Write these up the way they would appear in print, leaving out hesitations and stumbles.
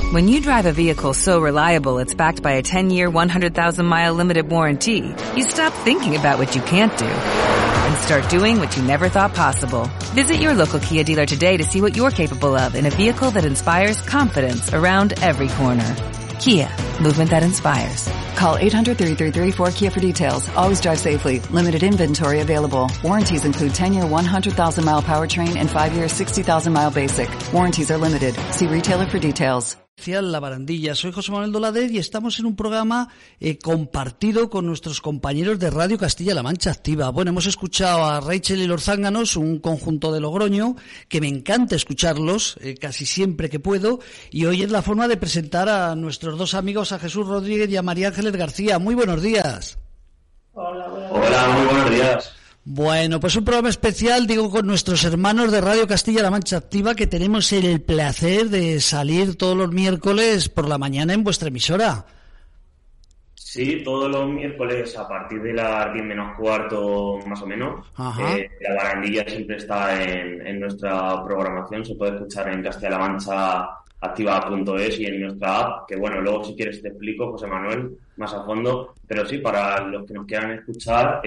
When you drive a vehicle so reliable it's backed by a 10-year, 100,000-mile limited warranty, you stop thinking about what you can't do and start doing what you never thought possible. Visit your local Kia dealer today to see what you're capable of in a vehicle that inspires confidence around every corner. Kia, movement that inspires. Call 800-3334-KIA for details. Always drive safely. Limited inventory available. Warranties include 10-year, 100,000-mile powertrain and 5-year, 60,000-mile basic. Warranties are limited. See retailer for details. La Barandilla. Soy José Manuel Dolader y estamos en un programa compartido con nuestros compañeros de Radio Castilla-La Mancha Activa. Bueno, hemos escuchado a Rachel y los Zánganos, un conjunto de Logroño, que me encanta escucharlos casi siempre que puedo, y hoy es la forma de presentar a nuestros dos amigos, a Jesús Rodríguez y a María Ángeles García. Muy buenos días. Hola, muy buenos días. Bueno, pues un programa especial, digo, con nuestros hermanos de Radio Castilla-La Mancha Activa, que tenemos el placer de salir todos los miércoles por la mañana en vuestra emisora. Sí, todos los miércoles a partir de las 10 menos cuarto, más o menos. La Barandilla siempre está en nuestra programación, se puede escuchar en Castilla-La Mancha activa.es y en nuestra app, que bueno, luego si quieres te explico, José Manuel, más a fondo, pero sí, para los que nos quieran escuchar,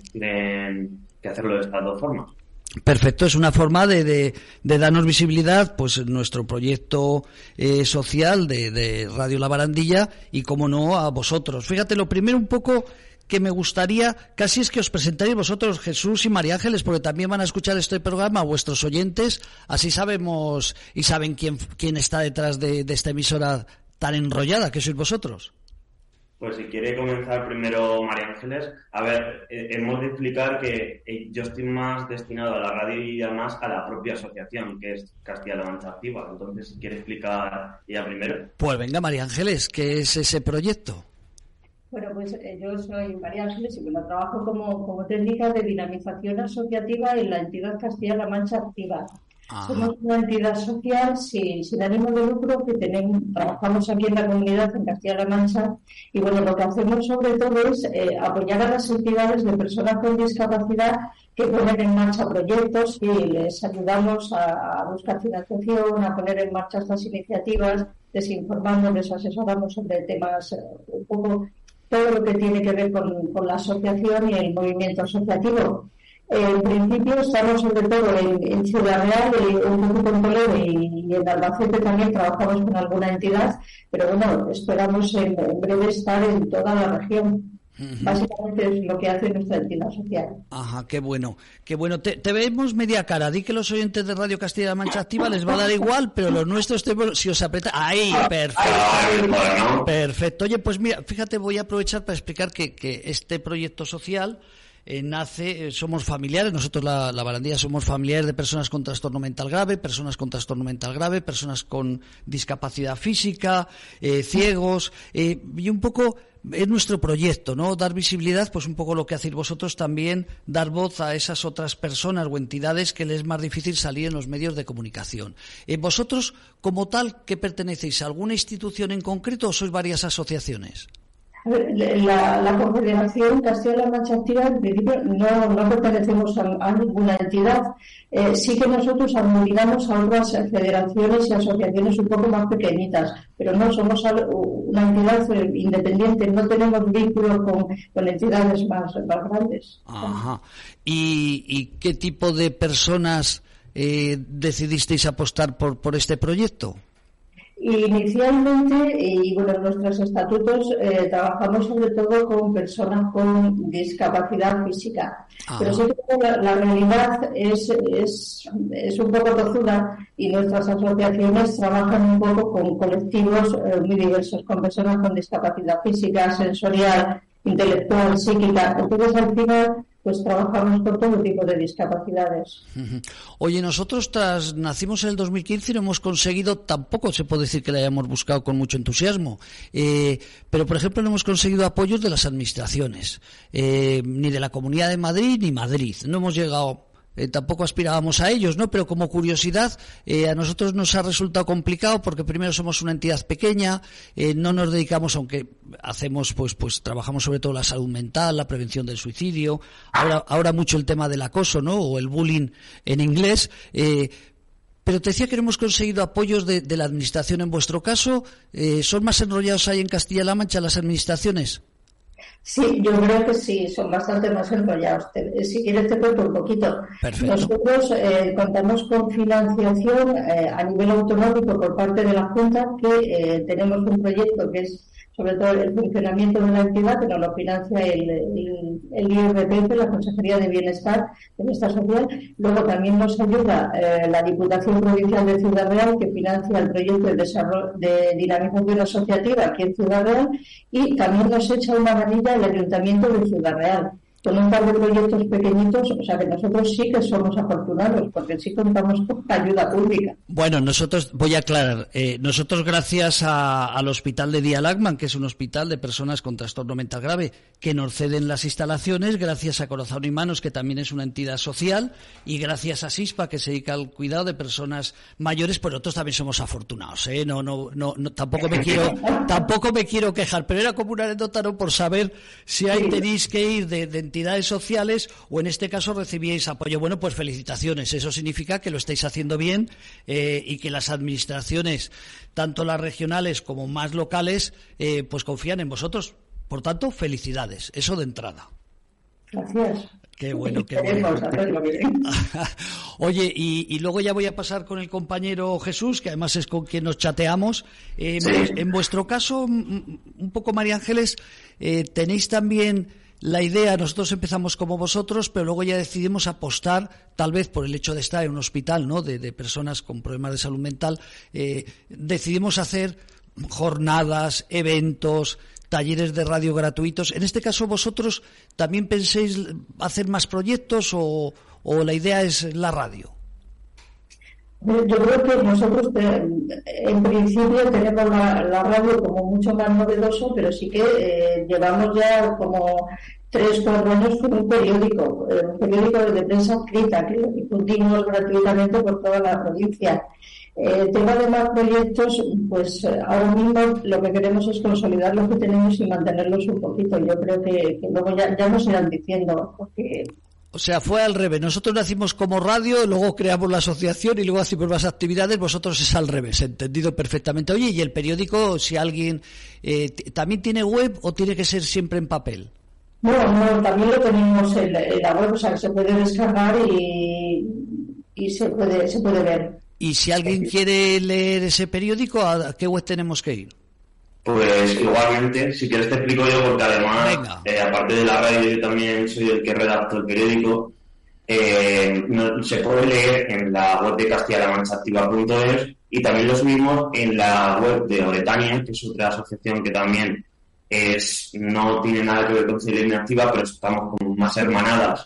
tienen que hacerlo de estas dos formas. Perfecto, es una forma de darnos visibilidad, pues nuestro proyecto social de Radio La Barandilla y, como no, a vosotros. Fíjate, lo primero un poco que me gustaría casi es que os presentáis vosotros, Jesús y María Ángeles, porque también van a escuchar este programa vuestros oyentes, así sabemos y saben quién está detrás de esta emisora tan enrollada que sois vosotros. Pues si quiere comenzar primero María Ángeles, a ver, hemos de explicar que yo estoy más destinado a la radio y además a la propia asociación, que es Castilla-La Mancha Activa. Entonces, si quiere explicar ella primero. Pues venga, María Ángeles, ¿qué es ese proyecto? Bueno, pues yo soy María Ángeles y bueno, trabajo como técnica de dinamización asociativa en la entidad Castilla-La Mancha Activa. Somos una entidad social sin ánimo de lucro que trabajamos aquí en la comunidad en Castilla-La Mancha y bueno, lo que hacemos sobre todo es apoyar a las entidades de personas con discapacidad que ponen en marcha proyectos y les ayudamos a buscar financiación, a poner en marcha estas iniciativas, desinformando, les asesoramos sobre temas un poco todo lo que tiene que ver con la asociación y el movimiento asociativo. En principio estamos sobre todo en Ciudad Real, un poco en Toledo y en Albacete también trabajamos con alguna entidad, pero bueno, esperamos en breve estar en toda la región. Básicamente es lo que hace nuestra entidad social. Ajá, qué bueno. Te vemos media cara. Di que los oyentes de Radio Castilla-La Mancha Activa les va a dar igual, pero los nuestros, si os aprieta... ¡Ahí! Perfecto. Perfecto. Oye, pues mira, fíjate, voy a aprovechar para explicar que este proyecto social nace, somos familiares, nosotros la Barandilla somos familiares de personas con trastorno mental grave, personas con discapacidad física, ciegos, y un poco es nuestro proyecto, ¿no? Dar visibilidad, pues un poco lo que hacéis vosotros también, dar voz a esas otras personas o entidades que les es más difícil salir en los medios de comunicación. Vosotros, como tal, ¿qué pertenecéis? ¿A alguna institución en concreto o sois varias asociaciones? La Confederación Castilla-La Mancha Activa, en principio, no pertenecemos a ninguna entidad. Sí que nosotros aglutinamos a otras federaciones y asociaciones un poco más pequeñitas, pero no somos una entidad independiente, no tenemos vínculos con entidades más grandes. Ajá. ¿Y qué tipo de personas decidisteis apostar por este proyecto? Inicialmente, y bueno, en nuestros estatutos trabajamos sobre todo con personas con discapacidad física. Pero sí que la realidad es un poco tozuda y nuestras asociaciones trabajan un poco con colectivos muy diversos, con personas con discapacidad física, sensorial, intelectual, psíquica. Entonces, al final, pues trabajamos con todo tipo de discapacidades. Oye, nosotros nacimos en el 2015 y no hemos conseguido, tampoco se puede decir que la hayamos buscado con mucho entusiasmo, pero por ejemplo no hemos conseguido apoyos de las administraciones, ni de la Comunidad de Madrid ni Madrid, no hemos llegado. Tampoco aspirábamos a ellos, ¿no? Pero como curiosidad, a nosotros nos ha resultado complicado porque primero somos una entidad pequeña, no nos dedicamos, aunque hacemos, pues trabajamos sobre todo la salud mental, la prevención del suicidio, ahora mucho el tema del acoso, ¿no? O el bullying en inglés, Pero te decía que no hemos conseguido apoyos de la Administración en vuestro caso. ¿Son más enrollados ahí en Castilla-La Mancha las administraciones? Sí, yo creo que sí, son bastante más enrollados. Si quieres te cuento un poquito. Perfecto. Nosotros contamos con financiación a nivel autonómico por parte de la Junta, que tenemos un proyecto que es sobre todo el funcionamiento de la entidad, que nos lo financia el IRPF, la Consejería de Bienestar Social. Luego también nos ayuda la Diputación Provincial de Ciudad Real, que financia el proyecto de desarrollo de dinamización asociativa aquí en Ciudad Real, y también nos echa una manilla el Ayuntamiento de Ciudad Real, con un par de proyectos pequeñitos. O sea que nosotros sí que somos afortunados, porque sí contamos con ayuda pública. Bueno, nosotros, voy a aclarar, nosotros gracias al Hospital de Dialagman, que es un hospital de personas con trastorno mental grave, que nos ceden las instalaciones, gracias a Corazón y Manos, que también es una entidad social, y gracias a SISPA, que se dedica al cuidado de personas mayores, pues nosotros también somos afortunados, No, tampoco me quiero quejar, pero era como una anécdota, ¿no?, por saber si ahí tenéis que ir de entidades sociales o en este caso recibíais apoyo. Bueno, pues felicitaciones, eso significa que lo estáis haciendo bien y que las administraciones, tanto las regionales como más locales, pues confían en vosotros. Por tanto, felicidades, eso de entrada. Gracias. Qué bueno, qué bueno. Oye, y luego ya voy a pasar con el compañero Jesús, que además es con quien nos chateamos. Sí. En vuestro caso, un poco, María Ángeles, tenéis también la idea, nosotros empezamos como vosotros, pero luego ya decidimos apostar, tal vez por el hecho de estar en un hospital, ¿no?, de personas con problemas de salud mental, decidimos hacer jornadas, eventos, talleres de radio gratuitos. En este caso, ¿vosotros también penséis hacer más proyectos o la idea es la radio? Yo creo que nosotros en principio tenemos la radio como mucho más novedoso, pero sí que llevamos ya como 3-4 años con un periódico de prensa escrita, que lo difundimos gratuitamente por toda la provincia. Tema de más proyectos, pues ahora mismo lo que queremos es consolidar lo que tenemos y mantenerlos un poquito. Yo creo que luego ya nos irán diciendo, porque... O sea, fue al revés. Nosotros nacimos como radio, luego creamos la asociación y luego hacemos más actividades. Vosotros es al revés, entendido perfectamente. Oye, ¿y el periódico, si alguien también tiene web o tiene que ser siempre en papel? No, también lo tenemos en la web, o sea, que se puede descargar y se puede ver. Y si alguien quiere leer ese periódico, ¿a qué web tenemos que ir? Pues igualmente, si quieres te explico yo, porque además, aparte de la radio, yo también soy el que redacto el periódico. Se puede leer en la web de castilla-la-mancha-activa.es, y también lo subimos en la web de Oretania, que es otra asociación que también no tiene nada que ver con Celebrina Activa, pero estamos como más hermanadas.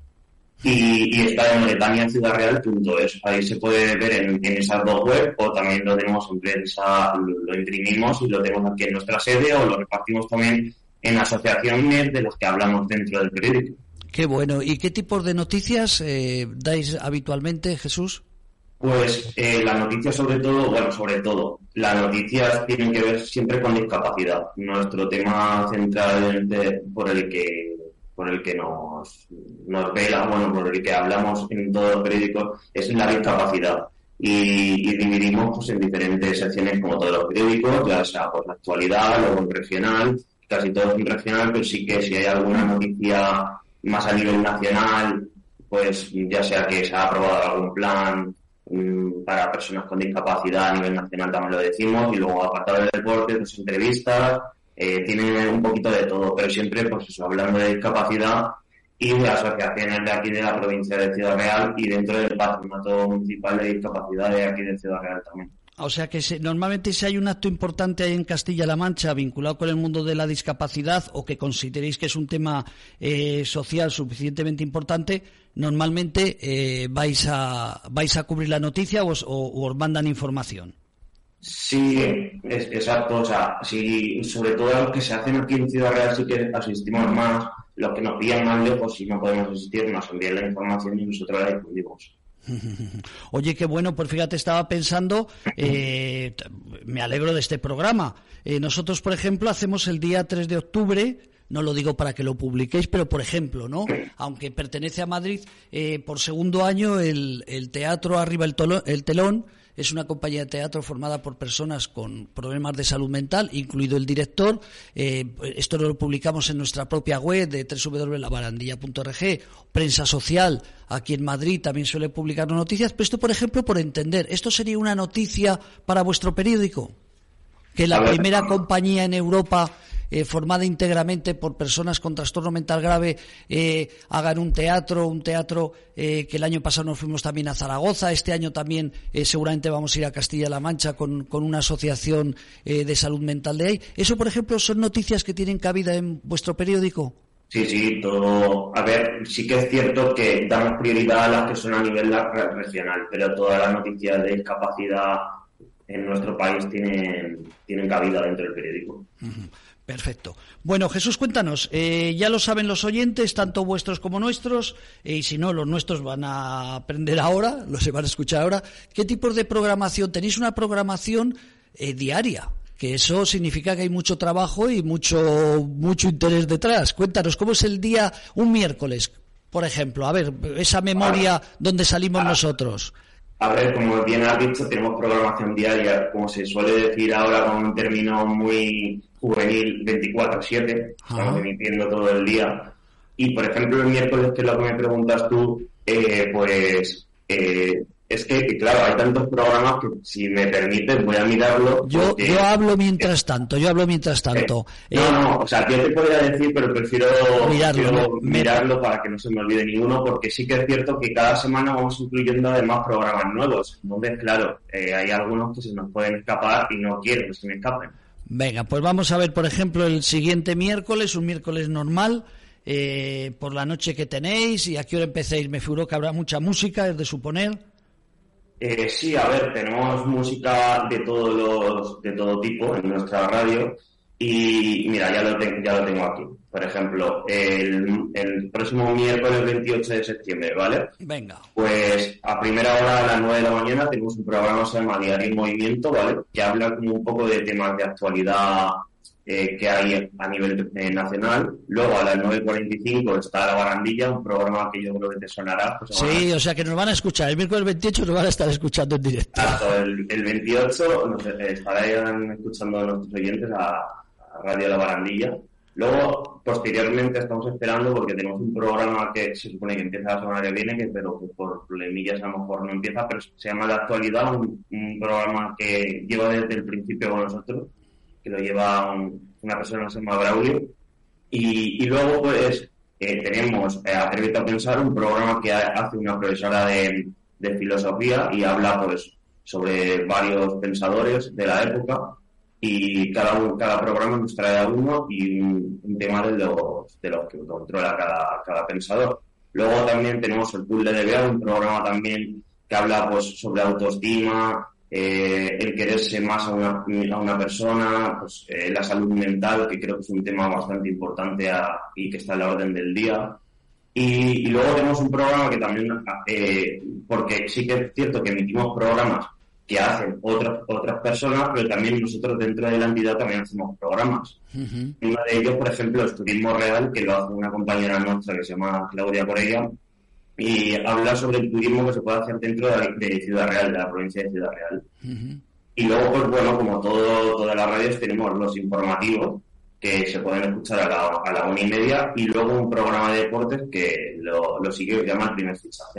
Y está en oretaniaciudadreal.es. Ahí se puede ver en esas dos webs, o también lo tenemos en prensa, lo imprimimos y lo tenemos aquí en nuestra sede, o lo repartimos también en asociaciones de las que hablamos dentro del periódico. Qué bueno. ¿Y qué tipos de noticias dais habitualmente, Jesús? Pues las noticias sobre todo, las noticias tienen que ver siempre con discapacidad. Nuestro tema central por el que nos vela, por el que hablamos en todos los periódicos, es la discapacidad. Y dividimos pues en diferentes secciones, como todos los periódicos, ya sea pues la actualidad, luego en regional, casi todo en regional, pero sí que si hay alguna noticia más a nivel nacional, pues ya sea que se ha aprobado algún plan para personas con discapacidad a nivel nacional, también lo decimos. Y luego, apartado del deporte, pues entrevistas, tiene un poquito de todo, pero siempre pues eso, hablando de discapacidad y de asociaciones de aquí de la provincia de Ciudad Real y dentro del Patronato Municipal de Discapacidad de aquí de Ciudad Real también. O sea que normalmente si hay un acto importante ahí en Castilla-La Mancha vinculado con el mundo de la discapacidad, o que consideréis que es un tema social suficientemente importante, normalmente vais a cubrir la noticia o os mandan información. Sí, exacto. O sea, sí, sobre todo los que se hacen aquí en Ciudad Real sí que asistimos más. Los que nos pillan más lejos, si no podemos asistir, nos envían la información y nosotros la difundimos. Oye, qué bueno, pues fíjate, estaba pensando, me alegro de este programa. Nosotros, por ejemplo, hacemos el día 3 de octubre, no lo digo para que lo publiquéis, pero por ejemplo, ¿no? Aunque pertenece a Madrid, por segundo año el Teatro Arriba el Telón es una compañía de teatro formada por personas con problemas de salud mental, incluido el director. Esto lo publicamos en nuestra propia web de www.labarandilla.org. Prensa Social, aquí en Madrid, también suele publicar noticias. Pero esto, por ejemplo, por entender, ¿esto sería una noticia para vuestro periódico? Que la primera compañía en Europa formada íntegramente por personas con trastorno mental grave hagan un teatro que el año pasado nos fuimos también a Zaragoza, este año también seguramente vamos a ir a Castilla-La Mancha con una asociación de salud mental de ahí. ¿Eso, por ejemplo, son noticias que tienen cabida en vuestro periódico? Sí, todo. A ver, sí que es cierto que damos prioridad a las que son a nivel regional, pero todas las noticias de discapacidad en nuestro país tienen cabida dentro del periódico. Uh-huh. Perfecto. Bueno, Jesús, cuéntanos, ya lo saben los oyentes, tanto vuestros como nuestros, y si no, los nuestros van a aprender ahora, se van a escuchar ahora. ¿Qué tipos de programación? Tenéis una programación diaria, que eso significa que hay mucho trabajo y mucho interés detrás. Cuéntanos, ¿cómo es el día un miércoles, por ejemplo? A ver, esa memoria donde salimos nosotros. A ver, como bien has dicho, tenemos programación diaria, como se suele decir ahora con un término muy juvenil, 24/7, estamos emitiendo todo el día. Y, por ejemplo, el miércoles, que es lo que me preguntas tú, es que, claro, hay tantos programas que, si me permites, voy a mirarlo. Yo hablo mientras tanto. No, o sea, yo te podría decir, pero prefiero mirarlo para que no se me olvide ninguno, porque sí que es cierto que cada semana vamos incluyendo además programas nuevos. Entonces, claro, hay algunos que se nos pueden escapar y no quiero que se me escapen. Venga, pues vamos a ver, por ejemplo, el siguiente miércoles, un miércoles normal, por la noche que tenéis, y a qué hora empecéis. Me figuro que habrá mucha música, es de suponer. Sí, a ver, tenemos música de todo tipo en nuestra radio y mira, ya lo tengo aquí. Por ejemplo, el próximo miércoles 28 de septiembre, ¿vale? Venga. Pues a primera hora, a las 9 de la mañana, tenemos un programa que se llama Diario en Movimiento, ¿vale? Que habla como un poco de temas de actualidad que hay a nivel nacional. Luego a las 9:45 está La Barandilla, un programa que yo creo que te sonará. Pues, sí, o sea que nos van a escuchar. El miércoles 28 nos van a estar escuchando en directo. Exacto, el 28 estarán escuchando a nuestros oyentes a Radio La Barandilla. Luego, posteriormente, estamos esperando porque tenemos un programa que se supone que empieza la semana que viene, pero que por problemillas a lo mejor no empieza, pero se llama La Actualidad, un programa que lleva desde el principio con nosotros, que lo lleva una persona que se llama Braulio. Y luego, pues, tenemos Atrévete a Pensar, un programa que hace una profesora de filosofía y habla, pues, sobre varios pensadores de la época, y cada programa nos trae a uno y un tema de los que controla cada pensador. Luego también tenemos el Puzzle de Bea, un programa también que habla, pues, sobre autoestima, el quererse más a una persona, pues, la salud mental, que creo que es un tema bastante importante y que está en la orden del día. Y luego tenemos un programa que también, porque sí que es cierto que emitimos programas que hacen otras personas, pero también nosotros dentro de la entidad también hacemos programas. Uh-huh. Uno de ellos, por ejemplo, es Turismo Real, que lo hace una compañera nuestra que se llama Claudia Corella, y habla sobre el turismo que se puede hacer dentro de Ciudad Real, de la provincia de Ciudad Real. Uh-huh. Y luego, pues bueno, como todas las radios, tenemos los informativos, que se pueden escuchar a la 1:30, y luego un programa de deportes que lo sigue, que se llama El Primer Fichaje.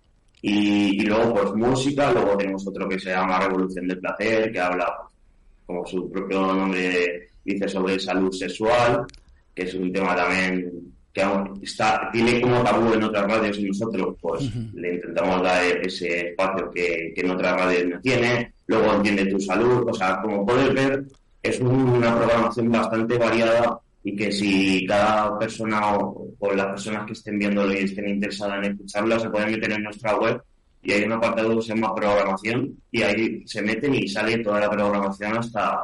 Y luego, pues, música. Luego tenemos otro que se llama Revolución del Placer, que habla, pues, como su propio nombre dice, sobre salud sexual, que es un tema también que aún tiene como tabú en otras radios, y nosotros, pues, le intentamos dar ese espacio que en otras radios no tiene. Luego Entiende tu salud. O sea, como puedes ver, es una programación bastante variada, y que si cada persona o las personas que estén viéndolo y estén interesadas en escucharla, se pueden meter en nuestra web, y hay un apartado que se llama programación, y ahí se meten y sale toda la programación hasta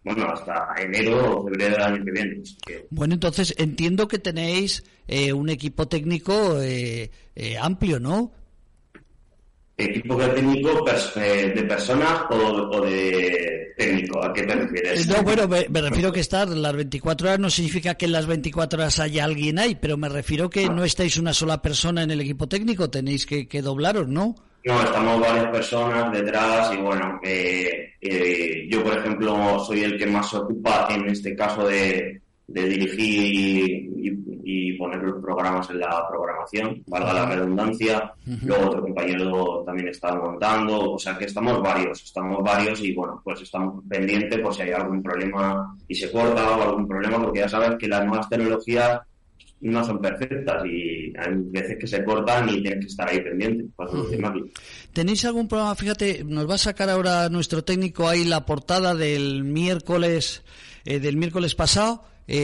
enero o febrero del año que viene. Bueno, entonces entiendo que tenéis un equipo técnico amplio, ¿no? Equipo técnico de personas o de técnico, ¿a qué te refieres? No, bueno, me refiero que estar las 24 horas no significa que en las 24 horas haya alguien ahí, pero me refiero que no estáis una sola persona en el equipo técnico, tenéis que doblaros, ¿no? No, estamos varias personas detrás y bueno, yo por ejemplo soy el que más se ocupa en este caso de dirigir y poner los programas en la programación, valga la redundancia. Luego otro compañero también está montando, o sea que estamos varios y bueno, pues estamos pendientes por si hay algún problema y se corta o algún problema, porque ya sabes que las nuevas tecnologías no son perfectas y hay veces que se cortan y tienes que estar ahí pendiente para solucionarlo. ¿Tenéis algún programa? Fíjate, nos va a sacar ahora nuestro técnico ahí la portada del miércoles pasado,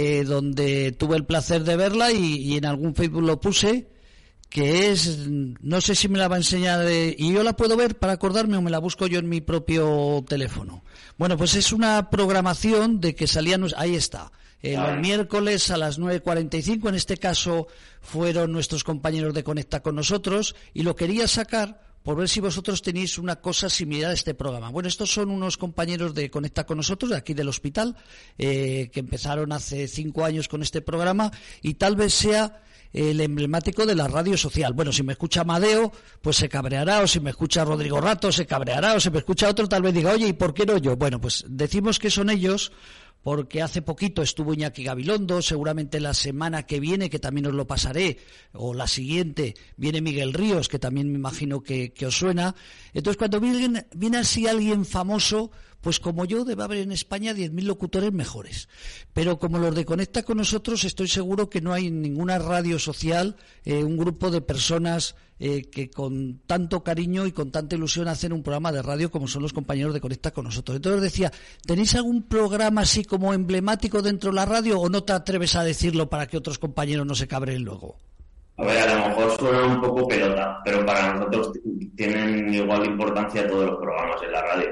donde tuve el placer de verla y en algún Facebook lo puse, que es, no sé si me la va a enseñar y yo la puedo ver para acordarme o me la busco yo en mi propio teléfono. Bueno, pues es una programación de que salían, ahí está, los miércoles a las 9:45, en este caso fueron nuestros compañeros de Conecta con Nosotros, y lo quería sacar por ver si vosotros tenéis una cosa similar a este programa. Bueno, estos son unos compañeros de Conecta con Nosotros, de aquí del hospital, que empezaron hace 5 años con este programa, y tal vez sea el emblemático de la radio social. Bueno, si me escucha Amadeo, pues se cabreará, o si me escucha Rodrigo Rato, se cabreará, o si me escucha otro, tal vez diga, oye, ¿y por qué no yo? Bueno, pues decimos que son ellos, porque hace poquito estuvo Iñaki Gabilondo, seguramente la semana que viene, que también os lo pasaré, o la siguiente, viene Miguel Ríos, que también me imagino que os suena. Entonces, cuando viene así alguien famoso, pues como yo, debe haber en España 10.000 locutores mejores. Pero como los de Conecta con Nosotros, estoy seguro que no hay ninguna radio social, un grupo de personas que con tanto cariño y con tanta ilusión hacen un programa de radio como son los compañeros de Conecta con Nosotros. Entonces decía, ¿tenéis algún programa así como emblemático dentro de la radio o no te atreves a decirlo para que otros compañeros no se cabreen luego? A ver, a lo mejor suena un poco pelota, pero para nosotros tienen igual importancia todos los programas en la radio.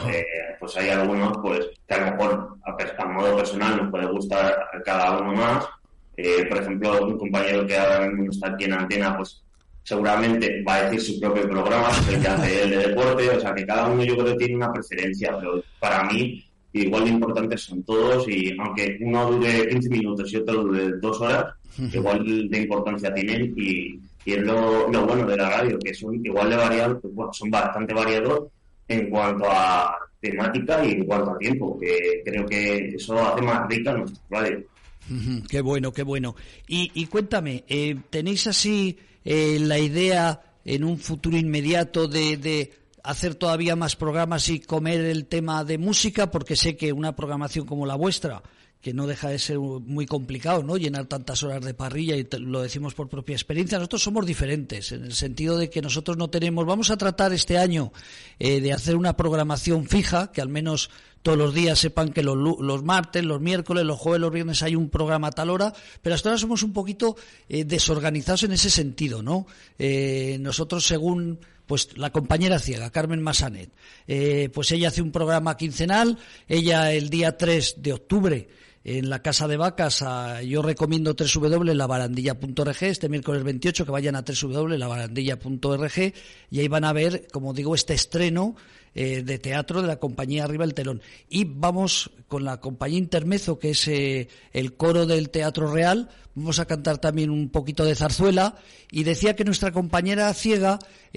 Pues hay algunos pues que a lo mejor a modo personal nos puede gustar a cada uno más. Por ejemplo, un compañero que ahora mismo está aquí en Antena, pues seguramente va a decir su propio programa, el que hace el de deporte, o sea que cada uno yo creo que tiene una preferencia, pero para mí igual de importantes son todos, y aunque uno dure 15 minutos y otro dure 2 horas, igual de importancia tienen, y es lo bueno de la radio, que son igual de variados, bueno, son bastante variados en cuanto a temática y en cuanto a tiempo, que creo que eso hace más rica nuestra radio. Qué bueno, qué bueno. Y cuéntame, ¿tenéis así la idea en un futuro inmediato de hacer todavía más programas y comer el tema de música? Porque sé que una programación como la vuestra, que no deja de ser muy complicado, ¿no?, llenar tantas horas de parrilla, y lo decimos por propia experiencia. Nosotros somos diferentes, en el sentido de que nosotros no tenemos... Vamos a tratar este año de hacer una programación fija, que al menos todos los días sepan que los martes, los miércoles, los jueves, los viernes hay un programa a tal hora, pero hasta ahora somos un poquito desorganizados en ese sentido, ¿no? Nosotros, según pues la compañera ciega, Carmen Massanet, pues ella hace un programa quincenal. Ella el día 3 de octubre en la Casa de Vacas, yo recomiendo www.labarandilla.org, este miércoles 28 que vayan a www.labarandilla.org, y ahí van a ver, como digo, este estreno de teatro de la compañía Arriba el Telón. Y vamos con la compañía Intermezzo, que es el coro del Teatro Real. Vamos a cantar también un poquito de zarzuela, y decía que nuestra compañera ciega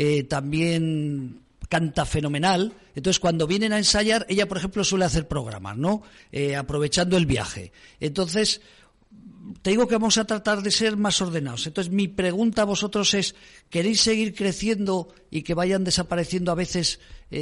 también canta fenomenal. Entonces, cuando vienen a ensayar, ella, por ejemplo, suele hacer programas, ¿no?, aprovechando el viaje. Entonces, te digo que vamos a tratar de ser más ordenados. Entonces, mi pregunta a vosotros es, ¿queréis seguir creciendo y que vayan desapareciendo a veces,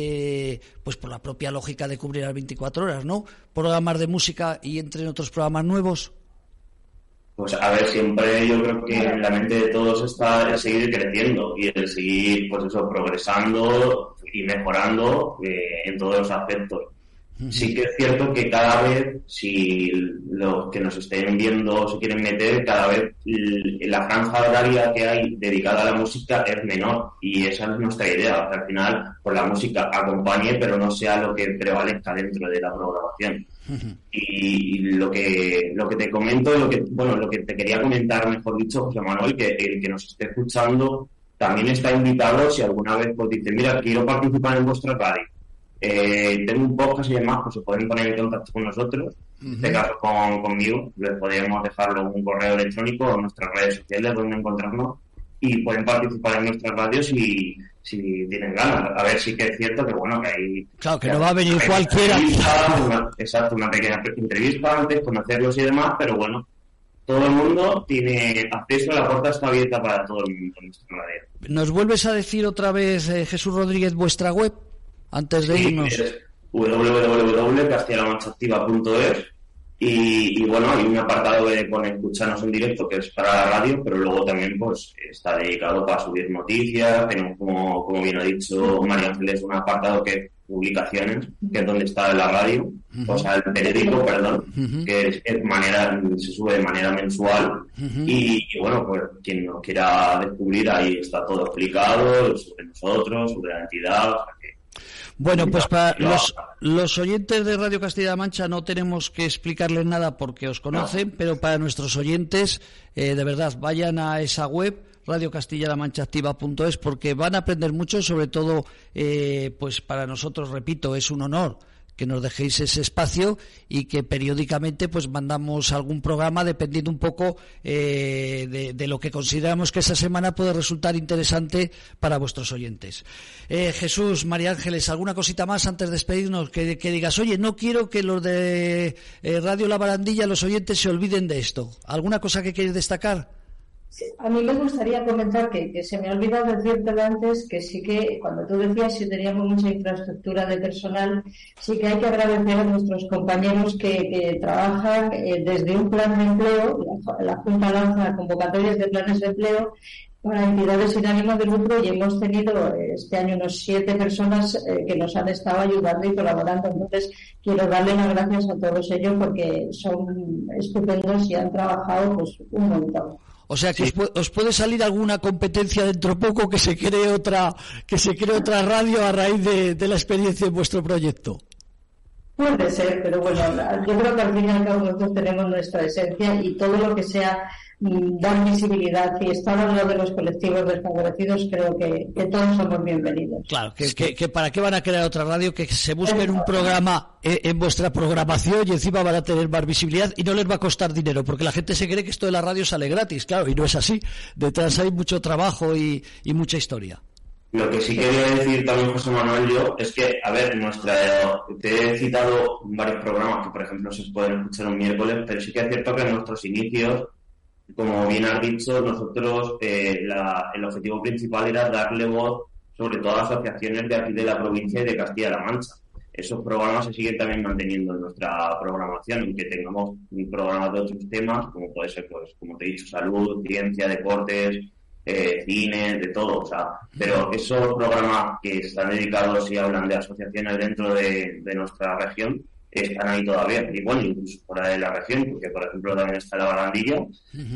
pues por la propia lógica de cubrir las 24 horas, ¿no?, programas de música y entren otros programas nuevos? Pues a ver, siempre yo creo que en la mente de todos está el seguir creciendo y el seguir, pues eso, progresando y mejorando en todos los aspectos. Sí que es cierto que cada vez, si los que nos estén viendo se quieren meter, cada vez la franja horaria que hay dedicada a la música es menor, y esa es nuestra idea, que al final pues la música acompañe, pero no sea lo que prevalezca dentro de la programación. Y lo que te comento, lo que te quería comentar, mejor dicho, José Manuel, que el que nos esté escuchando también está invitado, si alguna vez pues dice, mira, quiero participar en vuestra radio, tengo un podcast y demás, pues se pueden poner en contacto con nosotros, en este caso conmigo, les podemos dejarlo un correo electrónico o en nuestras redes sociales donde encontrarnos y pueden participar en nuestras radios si tienen ganas. A ver, sí que es cierto que bueno, que hay... Claro, que no va a venir cualquiera. Una pequeña entrevista antes, conocerlos y demás, pero bueno, todo el mundo tiene acceso, la puerta está abierta para todo el mundo en nuestra radio. ¿Nos vuelves a decir otra vez, Jesús Rodríguez, vuestra web? Antes de irnos. Es www.castellalamanchaactiva.es y bueno, hay un apartado que pone escucharnos en directo que es para la radio, pero luego también pues está dedicado para subir noticias. Tenemos, como bien ha dicho María Ángeles, un apartado que es publicaciones, que es donde está la radio, o sea, el periódico, perdón, que se sube de manera mensual y bueno, pues quien nos quiera descubrir, ahí está todo explicado sobre nosotros, sobre la entidad, o sea que... Bueno, pues para los oyentes de Radio Castilla-La Mancha no tenemos que explicarles nada porque os conocen, pero para nuestros oyentes, de verdad, vayan a esa web, radiocastillalamanchaactiva.es, porque van a aprender mucho, sobre todo, pues para nosotros, repito, es un honor que nos dejéis ese espacio y que periódicamente pues mandamos algún programa dependiendo un poco de lo que consideramos que esa semana puede resultar interesante para vuestros oyentes. Jesús, María Ángeles, ¿alguna cosita más antes de despedirnos? Que digas, oye, no quiero que los de Radio La Barandilla, los oyentes, se olviden de esto. ¿Alguna cosa que queréis destacar? Sí, a mí me gustaría comentar que se me ha olvidado decírtelo antes, que sí que cuando tú decías si teníamos mucha infraestructura de personal, sí que hay que agradecer a nuestros compañeros que trabajan desde un plan de empleo. La Junta lanza convocatorias de planes de empleo para entidades sin ánimo de lucro y hemos tenido este año unos 7 personas que nos han estado ayudando y colaborando. Entonces quiero darle las gracias a todos ellos porque son estupendos y han trabajado pues un montón. O sea que os puede salir alguna competencia dentro poco, que se cree otra radio a raíz de la experiencia en vuestro proyecto. Puede ser, pero bueno, yo creo que al fin y al cabo nosotros tenemos nuestra esencia y todo lo que sea dar visibilidad y estar al lado de los colectivos desfavorecidos, creo que todos somos bienvenidos. Claro, que para qué van a crear otra radio, que se busquen un programa en vuestra programación y encima van a tener más visibilidad y no les va a costar dinero, porque la gente se cree que esto de la radio sale gratis, claro, y no es así. Detrás hay mucho trabajo y mucha historia. Lo que sí quería decir también, José Manuel, yo, es que, a ver, te he citado varios programas que, por ejemplo, se pueden escuchar un miércoles, pero sí que es cierto que en nuestros inicios, como bien has dicho, nosotros el objetivo principal era darle voz sobre todo a las asociaciones de aquí de la provincia y de Castilla-La Mancha. Esos programas se siguen también manteniendo en nuestra programación, aunque tengamos programas de otros temas, como puede ser, pues, como te he dicho, salud, ciencia, deportes, cine, de todo, o sea, pero esos programas que están dedicados y hablan de asociaciones dentro de nuestra región están ahí todavía, y bueno, incluso fuera de la región, porque por ejemplo también está la Barandilla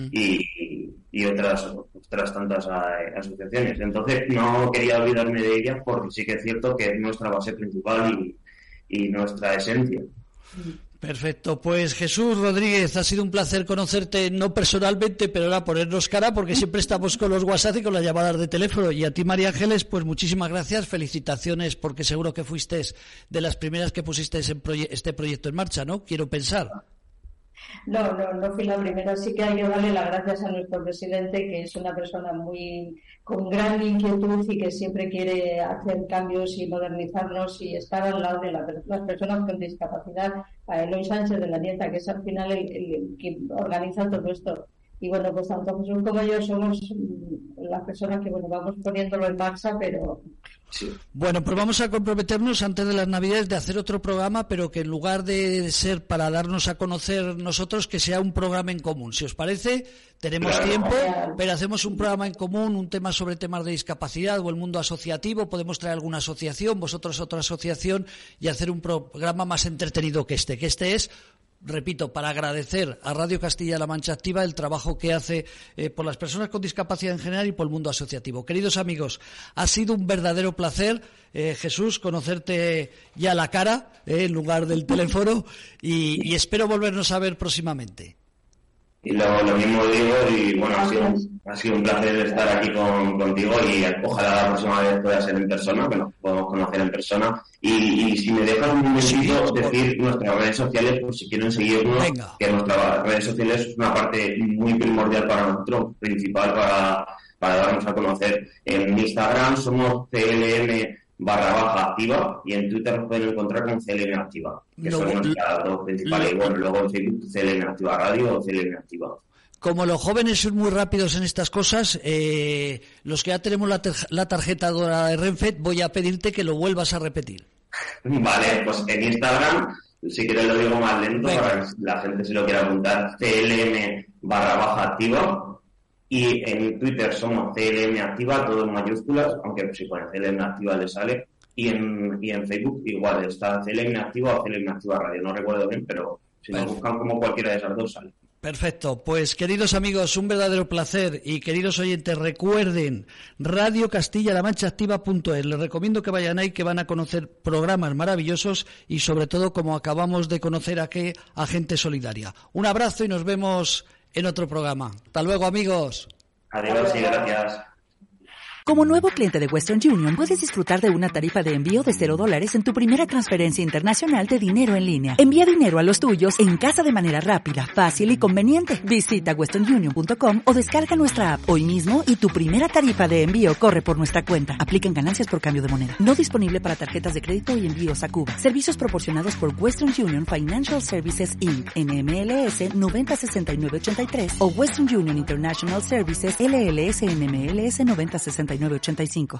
y otras tantas asociaciones. Entonces no quería olvidarme de ellas porque sí que es cierto que es nuestra base principal y nuestra esencia. Perfecto, pues Jesús Rodríguez, ha sido un placer conocerte, no personalmente, pero ahora ponernos cara, porque siempre estamos con los WhatsApp y con las llamadas de teléfono. Y a ti, María Ángeles, pues muchísimas gracias, felicitaciones, porque seguro que fuiste de las primeras que pusiste este proyecto en marcha, ¿no? Quiero pensar. No fui la primera, sí que hay que darle las gracias a nuestro presidente, que es una persona con gran inquietud y que siempre quiere hacer cambios y modernizarnos y estar al lado de las personas con discapacidad, a Eloy Sánchez de la Nieta, que es al final el que organiza todo esto. Y bueno, pues tanto Jesús como yo somos las personas que vamos poniéndolo en marcha, pero... Sí. Bueno, pues vamos a comprometernos antes de las Navidades de hacer otro programa, pero que en lugar de ser para darnos a conocer nosotros, que sea un programa en común. Si os parece, tenemos tiempo, pero hacemos un programa en común, un tema sobre temas de discapacidad o el mundo asociativo. Podemos traer alguna asociación, vosotros otra asociación, y hacer un programa más entretenido que este es... Repito, para agradecer a Radio Castilla-La Mancha Activa el trabajo que hace por las personas con discapacidad en general y por el mundo asociativo. Queridos amigos, ha sido un verdadero placer, Jesús, conocerte ya a la cara en lugar del teléfono y espero volvernos a ver próximamente. Y lo mismo digo, y bueno, ha sido un placer estar aquí contigo, y ojalá la próxima vez pueda ser en persona, que nos podamos conocer en persona. Y si me dejas un momentito, decir nuestras redes sociales, por si quieren seguirnos. Venga. Que nuestras redes sociales es una parte muy primordial para nosotros, principal para darnos a conocer. En Instagram somos CLM_activa, y en Twitter nos pueden encontrar con CLM Activa, que son nuestras dos principales. Y bueno, luego en Facebook CLM Activa Radio o CLM Activa. Como los jóvenes son muy rápidos en estas cosas, los que ya tenemos la tarjeta dorada de Renfe, voy a pedirte que lo vuelvas a repetir. Vale, pues en Instagram, si quieres lo digo más lento, venga, para que la gente se lo quiera apuntar, CLM_activa. Y en Twitter somos CLM Activa, todo en mayúsculas, aunque si ponen CLM Activa le sale. Y en Facebook igual, está CLM Activa o CLM Activa Radio, no recuerdo bien, pero si nos buscan como cualquiera de esas dos sale. Perfecto, pues queridos amigos, un verdadero placer, y queridos oyentes, recuerden Radio Castilla-La Mancha Activa.es. Les recomiendo que vayan ahí, que van a conocer programas maravillosos y sobre todo, como acabamos de conocer aquí, a gente solidaria. Un abrazo y nos vemos en otro programa. Hasta luego, amigos. Adiós y gracias. Como nuevo cliente de Western Union, puedes disfrutar de una tarifa de envío de $0 en tu primera transferencia internacional de dinero en línea. Envía dinero a los tuyos en casa de manera rápida, fácil y conveniente. Visita westernunion.com o descarga nuestra app hoy mismo y tu primera tarifa de envío corre por nuestra cuenta. Aplican ganancias por cambio de moneda. No disponible para tarjetas de crédito y envíos a Cuba. Servicios proporcionados por Western Union Financial Services Inc. NMLS 906983 o Western Union International Services LLS NMLS 906985.